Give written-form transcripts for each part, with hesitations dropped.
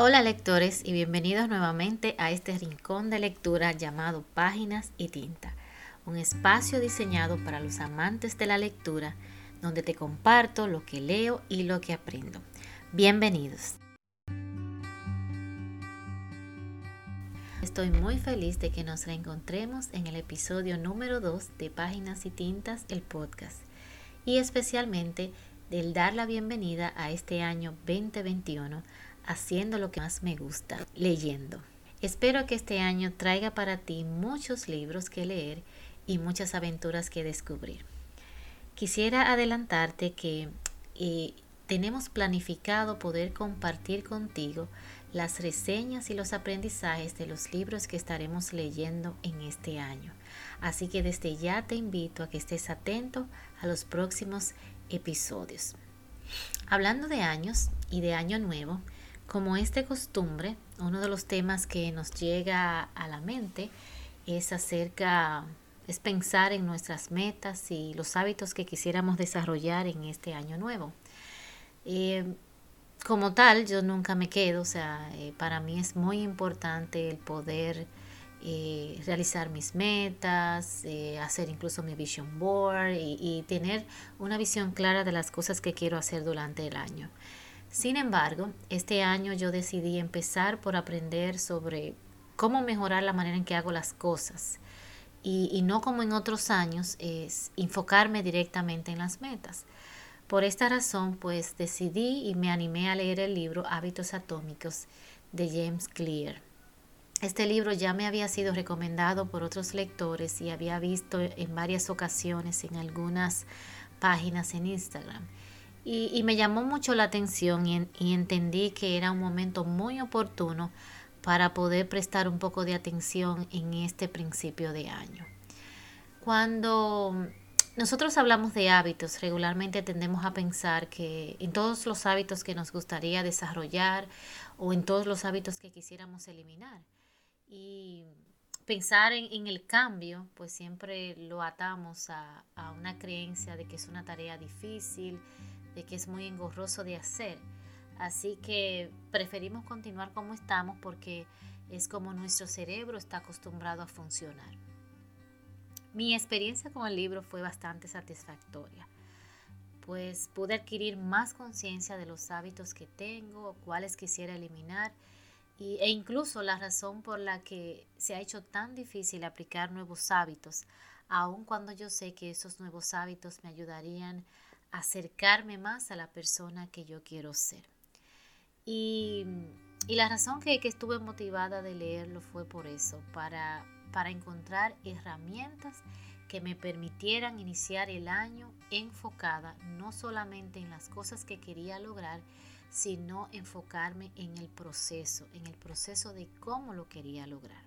Hola lectores y bienvenidos nuevamente a este rincón de lectura llamado Páginas y Tinta, un espacio diseñado para los amantes de la lectura donde te comparto lo que leo y lo que aprendo. Bienvenidos. Estoy muy feliz de que nos reencontremos en el episodio número 2 de Páginas y Tintas, el podcast, y especialmente del dar la bienvenida a este año 2021 haciendo lo que más me gusta, leyendo. Espero que este año traiga para ti muchos libros que leer y muchas aventuras que descubrir. Quisiera adelantarte que tenemos planificado poder compartir contigo las reseñas y los aprendizajes de los libros que estaremos leyendo en este año. Así que desde ya te invito a que estés atento a los próximos episodios. Hablando de años y de año nuevo, como es de costumbre, uno de los temas que nos llega a la mente es pensar en nuestras metas y los hábitos que quisiéramos desarrollar en este año nuevo. Como tal, yo nunca me quedo, para mí es muy importante el poder realizar mis metas, hacer incluso mi vision board y tener una visión clara de las cosas que quiero hacer durante el año. Sin embargo, este año yo decidí empezar por aprender sobre cómo mejorar la manera en que hago las cosas y no como en otros años, es enfocarme directamente en las metas. Por esta razón, pues decidí y me animé a leer el libro Hábitos Atómicos de James Clear. Este libro ya me había sido recomendado por otros lectores y había visto en varias ocasiones en algunas páginas en Instagram. Y me llamó mucho la atención y entendí que era un momento muy oportuno para poder prestar un poco de atención en este principio de año. Cuando nosotros hablamos de hábitos, regularmente tendemos a pensar que en todos los hábitos que nos gustaría desarrollar o en todos los hábitos que quisiéramos eliminar. Y pensar en el cambio, pues siempre lo atamos a una creencia de que es una tarea difícil, de que es muy engorroso de hacer. Así que preferimos continuar como estamos porque es como nuestro cerebro está acostumbrado a funcionar. Mi experiencia con el libro fue bastante satisfactoria, pues pude adquirir más conciencia de los hábitos que tengo, cuáles quisiera eliminar e incluso la razón por la que se ha hecho tan difícil aplicar nuevos hábitos, aun cuando yo sé que esos nuevos hábitos me ayudarían a acercarme más a la persona que yo quiero ser. Y, y la razón que estuve motivada de leerlo fue por eso, para encontrar herramientas que me permitieran iniciar el año enfocada no solamente en las cosas que quería lograr, sino enfocarme en el proceso de cómo lo quería lograr.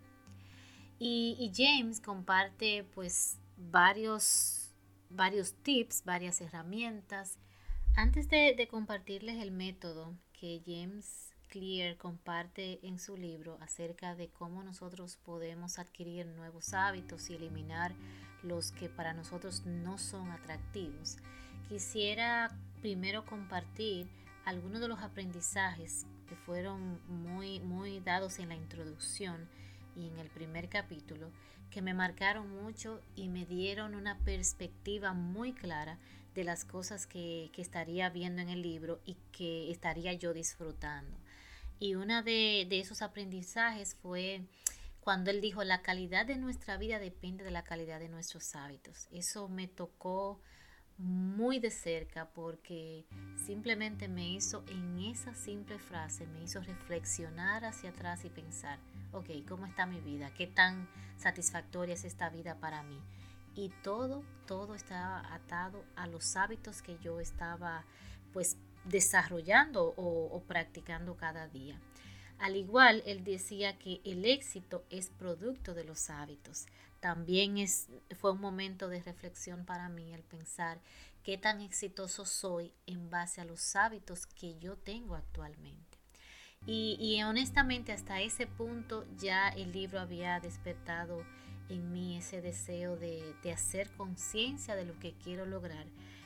Y James comparte pues varios tips, varias herramientas. Antes de compartirles el método que James Clear comparte en su libro acerca de cómo nosotros podemos adquirir nuevos hábitos y eliminar los que para nosotros no son atractivos, quisiera primero compartir algunos de los aprendizajes que fueron muy dados en la introducción y en el primer capítulo, que me marcaron mucho y me dieron una perspectiva muy clara de las cosas que estaría viendo en el libro y que estaría yo disfrutando. Y uno de esos aprendizajes fue cuando él dijo: la calidad de nuestra vida depende de la calidad de nuestros hábitos. Eso me tocó muy de cerca porque simplemente me hizo, en esa simple frase, me hizo reflexionar hacia atrás y pensar, ok, ¿cómo está mi vida? ¿Qué tan satisfactoria es esta vida para mí? Y todo estaba atado a los hábitos que yo estaba pues desarrollando o practicando cada día. Al igual, él decía que el éxito es producto de los hábitos. También fue un momento de reflexión para mí el pensar qué tan exitoso soy en base a los hábitos que yo tengo actualmente. Y honestamente hasta ese punto ya el libro había despertado en mí ese deseo de hacer conciencia de lo que quiero lograr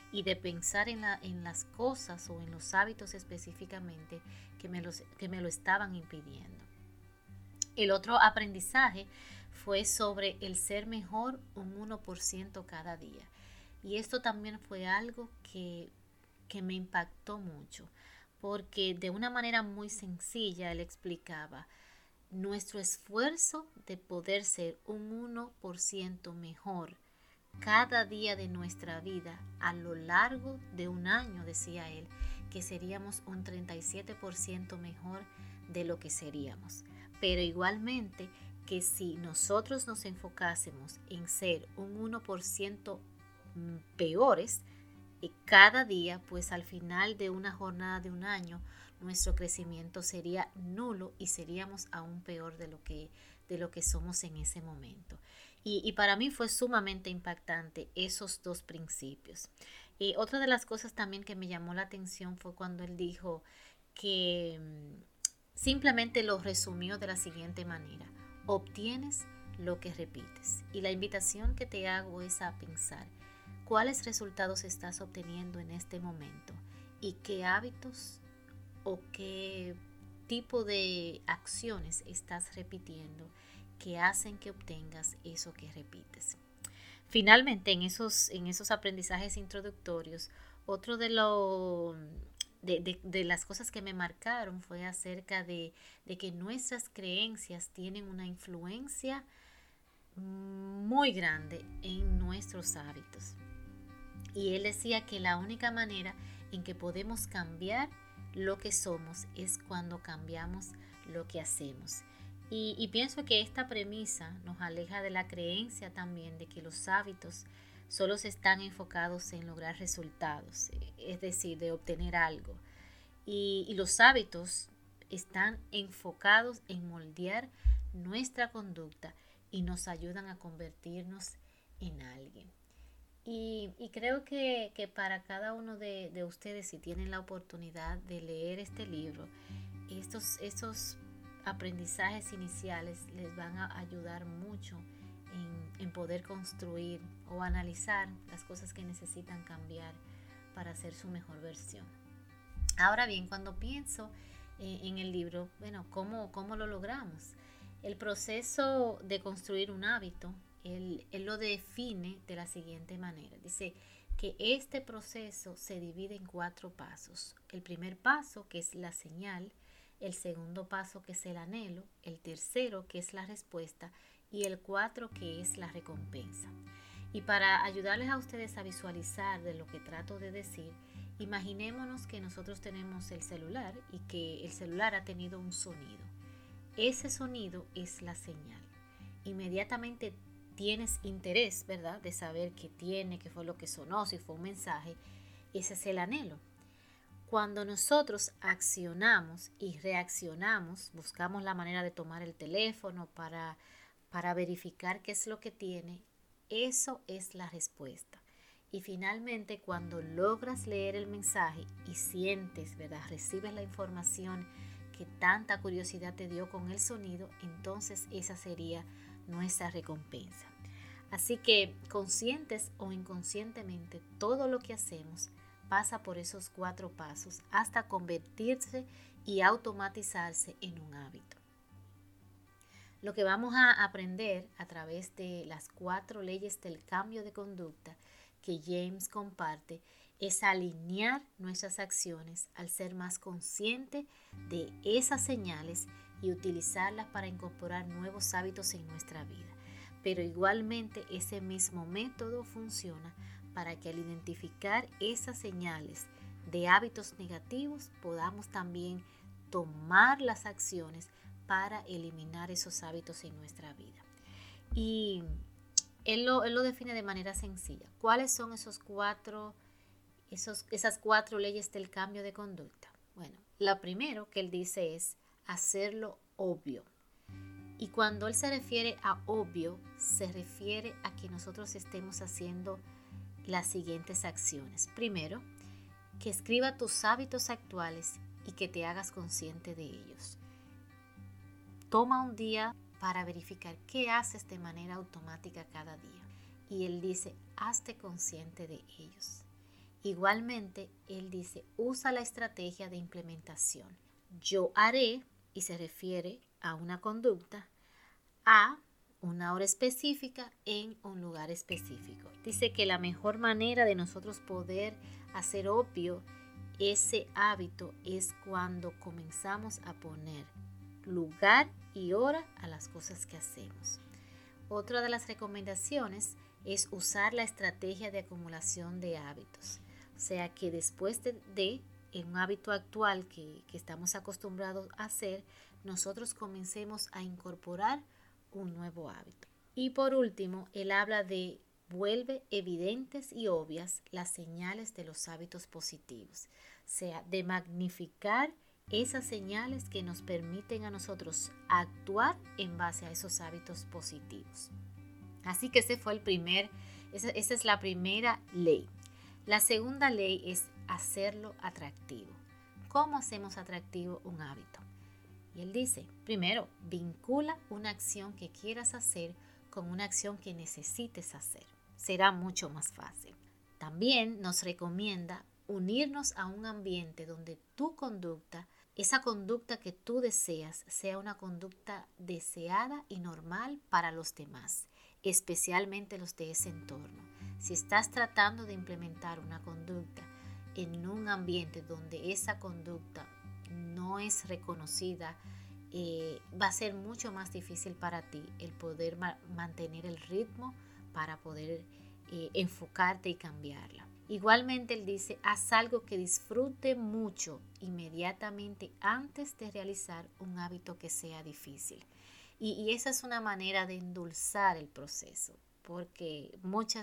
y de pensar en las cosas o en los hábitos específicamente que me lo estaban impidiendo. El otro aprendizaje fue sobre el ser mejor un 1% cada día. Y esto también fue algo que me impactó mucho, porque de una manera muy sencilla él explicaba nuestro esfuerzo de poder ser un 1% mejor cada día de nuestra vida a lo largo de un año, decía él, que seríamos un 37% mejor de lo que seríamos. Pero igualmente que si nosotros nos enfocásemos en ser un 1% peores, cada día, pues al final de una jornada de un año, nuestro crecimiento sería nulo y seríamos aún peor de lo que somos en ese momento. Y para mí fue sumamente impactante esos dos principios. Y otra de las cosas también que me llamó la atención fue cuando él dijo que simplemente lo resumió de la siguiente manera: obtienes lo que repites. Y la invitación que te hago es a pensar cuáles resultados estás obteniendo en este momento y qué hábitos o qué tipo de acciones estás repitiendo que hacen que obtengas eso que repites. Finalmente, en esos aprendizajes introductorios, otro de las cosas que me marcaron fue acerca de que nuestras creencias tienen una influencia muy grande en nuestros hábitos. Y él decía que la única manera en que podemos cambiar lo que somos es cuando cambiamos lo que hacemos. Y pienso que esta premisa nos aleja de la creencia también de que los hábitos solo están enfocados en lograr resultados, es decir, de obtener algo. Y los hábitos están enfocados en moldear nuestra conducta y nos ayudan a convertirnos en alguien. Y creo que para cada uno de ustedes, si tienen la oportunidad de leer este libro, estos aprendizajes iniciales les van a ayudar mucho en poder construir o analizar las cosas que necesitan cambiar para ser su mejor versión. Ahora bien, cuando pienso en el libro, bueno, ¿cómo lo logramos? El proceso de construir un hábito, él lo define de la siguiente manera. Dice que este proceso se divide en 4 pasos. El primer paso, que es la señal; el segundo paso, que es el anhelo; el tercero, que es la respuesta; y el 4, que es la recompensa. Y para ayudarles a ustedes a visualizar de lo que trato de decir, imaginémonos que nosotros tenemos el celular y que el celular ha tenido un sonido. Ese sonido es la señal. Inmediatamente tienes interés, ¿verdad?, de saber qué tiene, qué fue lo que sonó, si fue un mensaje. Ese es el anhelo. Cuando nosotros accionamos y reaccionamos, buscamos la manera de tomar el teléfono para verificar qué es lo que tiene, eso es la respuesta. Y finalmente, cuando logras leer el mensaje y sientes, ¿verdad?, recibes la información que tanta curiosidad te dio con el sonido, entonces esa sería nuestra recompensa. Así que, conscientes o inconscientemente, todo lo que hacemos pasa por esos 4 pasos hasta convertirse y automatizarse en un hábito. Lo que vamos a aprender a través de las 4 leyes del cambio de conducta que James comparte es alinear nuestras acciones al ser más consciente de esas señales y utilizarlas para incorporar nuevos hábitos en nuestra vida. Pero igualmente ese mismo método funciona para que al identificar esas señales de hábitos negativos podamos también tomar las acciones para eliminar esos hábitos en nuestra vida. Y él lo define de manera sencilla. ¿Cuáles son esas 4 leyes del cambio de conducta? Bueno, lo primero que él dice es hacerlo obvio. Y cuando él se refiere a obvio, se refiere a que nosotros estemos haciendo las siguientes acciones. Primero, que escriba tus hábitos actuales y que te hagas consciente de ellos. Toma un día para verificar qué haces de manera automática cada día. Y él dice, hazte consciente de ellos. Igualmente, él dice, usa la estrategia de implementación. Yo haré, y se refiere a una conducta, a una hora específica en un lugar específico. Dice que la mejor manera de nosotros poder hacer obvio ese hábito es cuando comenzamos a poner lugar y hora a las cosas que hacemos. Otra de las recomendaciones es usar la estrategia de acumulación de hábitos. O sea que después de un hábito actual que estamos acostumbrados a hacer, nosotros comencemos a incorporar un nuevo hábito. Y por último, él habla de vuelve evidentes y obvias las señales de los hábitos positivos. O sea, de magnificar esas señales que nos permiten a nosotros actuar en base a esos hábitos positivos. Así que esa es la primera ley. La segunda ley es hacerlo atractivo. ¿Cómo hacemos atractivo un hábito? Y él dice, primero, vincula una acción que quieras hacer con una acción que necesites hacer. Será mucho más fácil. También nos recomienda unirnos a un ambiente donde tu conducta, esa conducta que tú deseas, sea una conducta deseada y normal para los demás, especialmente los de ese entorno. Si estás tratando de implementar una conducta en un ambiente donde esa conducta no es reconocida, va a ser mucho más difícil para ti el poder mantener el ritmo para poder enfocarte y cambiarla. Igualmente él dice, haz algo que disfrute mucho inmediatamente antes de realizar un hábito que sea difícil. Y esa es una manera de endulzar el proceso, porque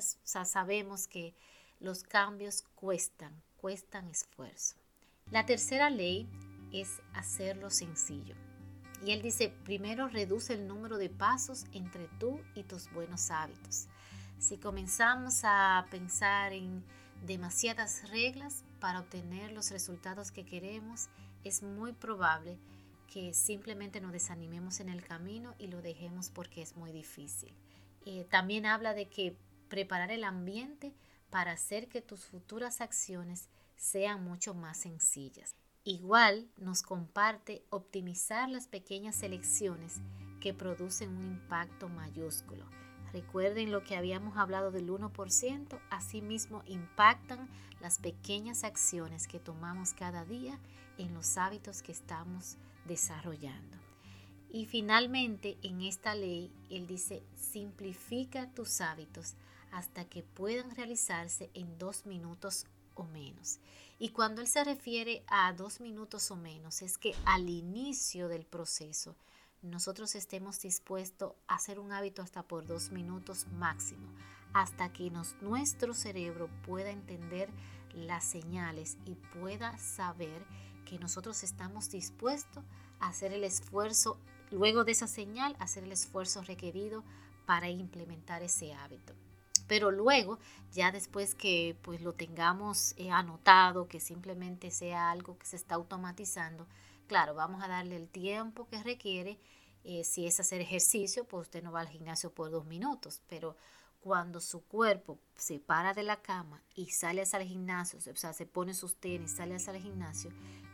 sabemos que los cambios cuestan esfuerzo. La tercera ley es hacerlo sencillo. Y él dice, primero reduce el número de pasos entre tú y tus buenos hábitos. Si comenzamos a pensar en demasiadas reglas para obtener los resultados que queremos, es muy probable que simplemente nos desanimemos en el camino y lo dejemos porque es muy difícil. También habla de que preparar el ambiente para hacer que tus futuras acciones sean mucho más sencillas. Igual nos comparte optimizar las pequeñas elecciones que producen un impacto mayúsculo. Recuerden lo que habíamos hablado del 1%, asimismo impactan las pequeñas acciones que tomamos cada día en los hábitos que estamos desarrollando. Y finalmente, en esta ley, él dice, simplifica tus hábitos hasta que puedan realizarse en 2 minutos o menos. Y cuando él se refiere a 2 minutos o menos, es que al inicio del proceso nosotros estemos dispuestos a hacer un hábito hasta por 2 minutos máximo, hasta que nuestro cerebro pueda entender las señales y pueda saber que nosotros estamos dispuestos a hacer el esfuerzo, luego de esa señal, hacer el esfuerzo requerido para implementar ese hábito. Pero luego, ya después que pues lo tengamos anotado, que simplemente sea algo que se está automatizando, claro, vamos a darle el tiempo que requiere. Si es hacer ejercicio, pues usted no va al gimnasio por 2 minutos, pero cuando su cuerpo se para de la cama y sale hacia el gimnasio, o sea, se pone sus tenis, sale hacia el gimnasio,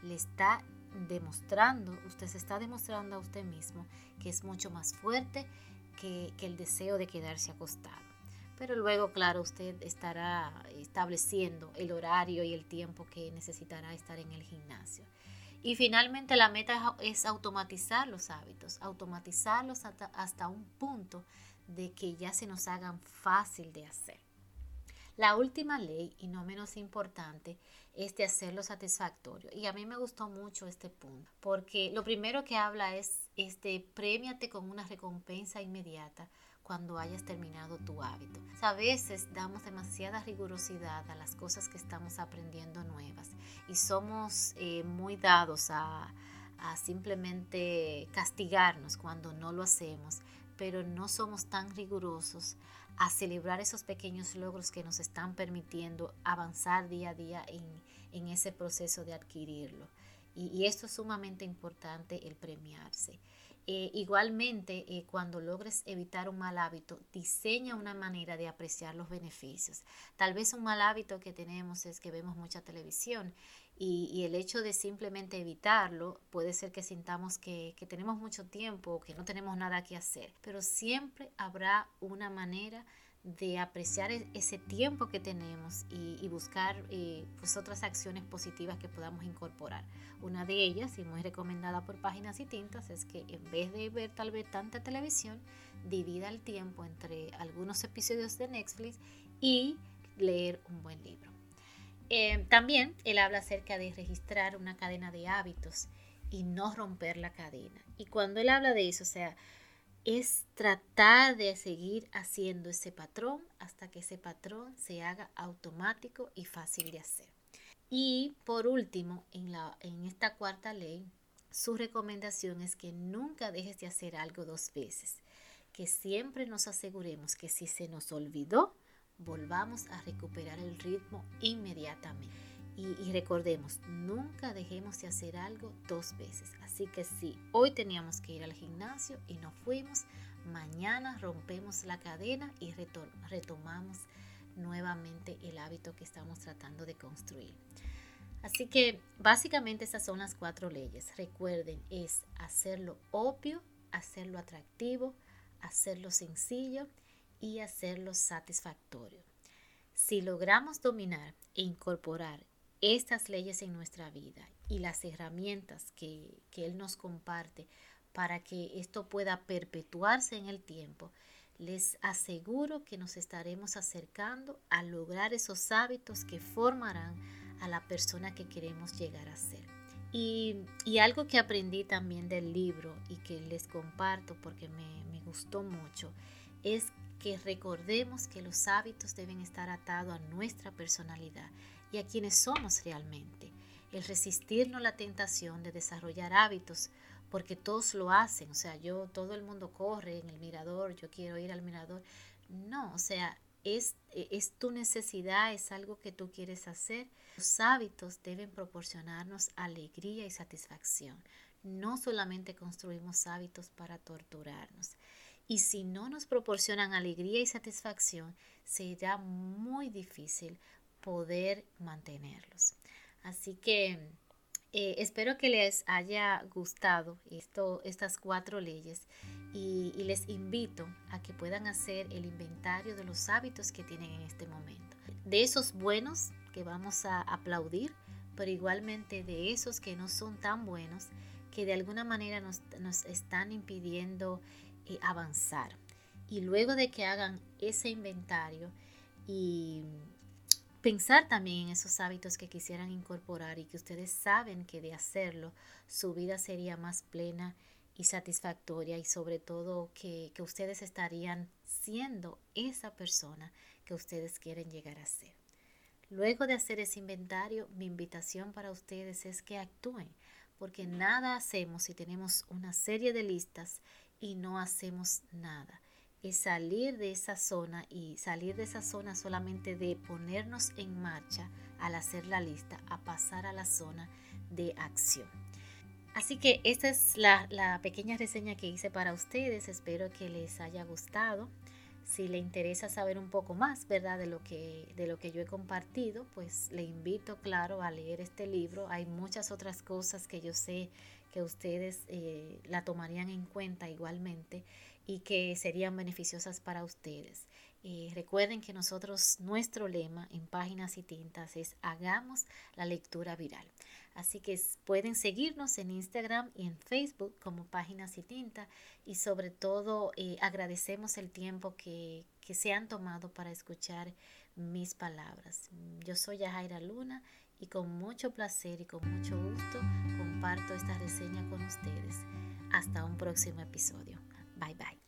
usted se está demostrando a usted mismo que es mucho más fuerte que el deseo de quedarse acostado. Pero luego, claro, usted estará estableciendo el horario y el tiempo que necesitará estar en el gimnasio. Y finalmente la meta es automatizar los hábitos, automatizarlos hasta un punto de que ya se nos hagan fácil de hacer. La última ley, y no menos importante, es de hacerlo satisfactorio. Y a mí me gustó mucho este punto, porque lo primero que habla es de premiate con una recompensa inmediata cuando hayas terminado tu hábito. A veces damos demasiada rigurosidad a las cosas que estamos aprendiendo nuevas y somos muy dados a simplemente castigarnos cuando no lo hacemos, pero no somos tan rigurosos a celebrar esos pequeños logros que nos están permitiendo avanzar día a día en ese proceso de adquirirlo. Y esto es sumamente importante, el premiarse. Igualmente, cuando logres evitar un mal hábito, diseña una manera de apreciar los beneficios. Tal vez un mal hábito que tenemos es que vemos mucha televisión y el hecho de simplemente evitarlo puede ser que sintamos que tenemos mucho tiempo o que no tenemos nada que hacer, pero siempre habrá una manera de apreciar ese tiempo que tenemos y buscar pues otras acciones positivas que podamos incorporar. Una de ellas, y muy recomendada por Páginas y Tintas, es que en vez de ver tal vez tanta televisión, divida el tiempo entre algunos episodios de Netflix y leer un buen libro. También él habla acerca de registrar una cadena de hábitos y no romper la cadena. Y cuando él habla de eso, o sea, es tratar de seguir haciendo ese patrón hasta que ese patrón se haga automático y fácil de hacer. Y por último, en esta cuarta ley, su recomendación es que nunca dejes de hacer algo dos veces, que siempre nos aseguremos que si se nos olvidó, volvamos a recuperar el ritmo inmediatamente. Y recordemos, nunca dejemos de hacer algo dos veces. Así que si hoy teníamos que ir al gimnasio y no fuimos, mañana rompemos la cadena y retomamos nuevamente el hábito que estamos tratando de construir. Así que básicamente esas son las 4 leyes. Recuerden, es hacerlo obvio, hacerlo atractivo, hacerlo sencillo y hacerlo satisfactorio. Si logramos dominar e incorporar estas leyes en nuestra vida y las herramientas que Él nos comparte para que esto pueda perpetuarse en el tiempo, les aseguro que nos estaremos acercando a lograr esos hábitos que formarán a la persona que queremos llegar a ser. Y algo que aprendí también del libro y que les comparto porque me gustó mucho es que recordemos que los hábitos deben estar atados a nuestra personalidad y a quienes somos realmente. El resistirnos la tentación de desarrollar hábitos, porque todos lo hacen, o sea, todo el mundo corre en el mirador, yo quiero ir al mirador. No, o sea, es tu necesidad, es algo que tú quieres hacer. Los hábitos deben proporcionarnos alegría y satisfacción. No solamente construimos hábitos para torturarnos. Y si no nos proporcionan alegría y satisfacción, será muy difícil poder mantenerlos. Así que espero que les haya gustado estas 4 leyes y les invito a que puedan hacer el inventario de los hábitos que tienen en este momento. De esos buenos que vamos a aplaudir, pero igualmente de esos que no son tan buenos, que de alguna manera nos están impidiendo avanzar. Y luego de que hagan ese inventario y pensar también en esos hábitos que quisieran incorporar y que ustedes saben que de hacerlo su vida sería más plena y satisfactoria y sobre todo que ustedes estarían siendo esa persona que ustedes quieren llegar a ser. Luego de hacer ese inventario, mi invitación para ustedes es que actúen, porque nada hacemos si tenemos una serie de listas y no hacemos nada. Es salir de esa zona y salir de esa zona solamente de ponernos en marcha al hacer la lista, a pasar a la zona de acción. Así que esta es la pequeña reseña que hice para ustedes. Espero que les haya gustado. Si le interesa saber un poco más, ¿verdad? de lo que yo he compartido, pues le invito, claro, a leer este libro. Hay muchas otras cosas que yo sé que ustedes la tomarían en cuenta igualmente y que serían beneficiosas para ustedes. Recuerden que nuestro lema en Páginas y Tintas es hagamos la lectura viral. Así que pueden seguirnos en Instagram y en Facebook como Páginas y Tinta y sobre todo agradecemos el tiempo que se han tomado para escuchar mis palabras. Yo soy Yajaira Luna y con mucho placer y con mucho gusto comparto esta reseña con ustedes. Hasta un próximo episodio. Bye bye.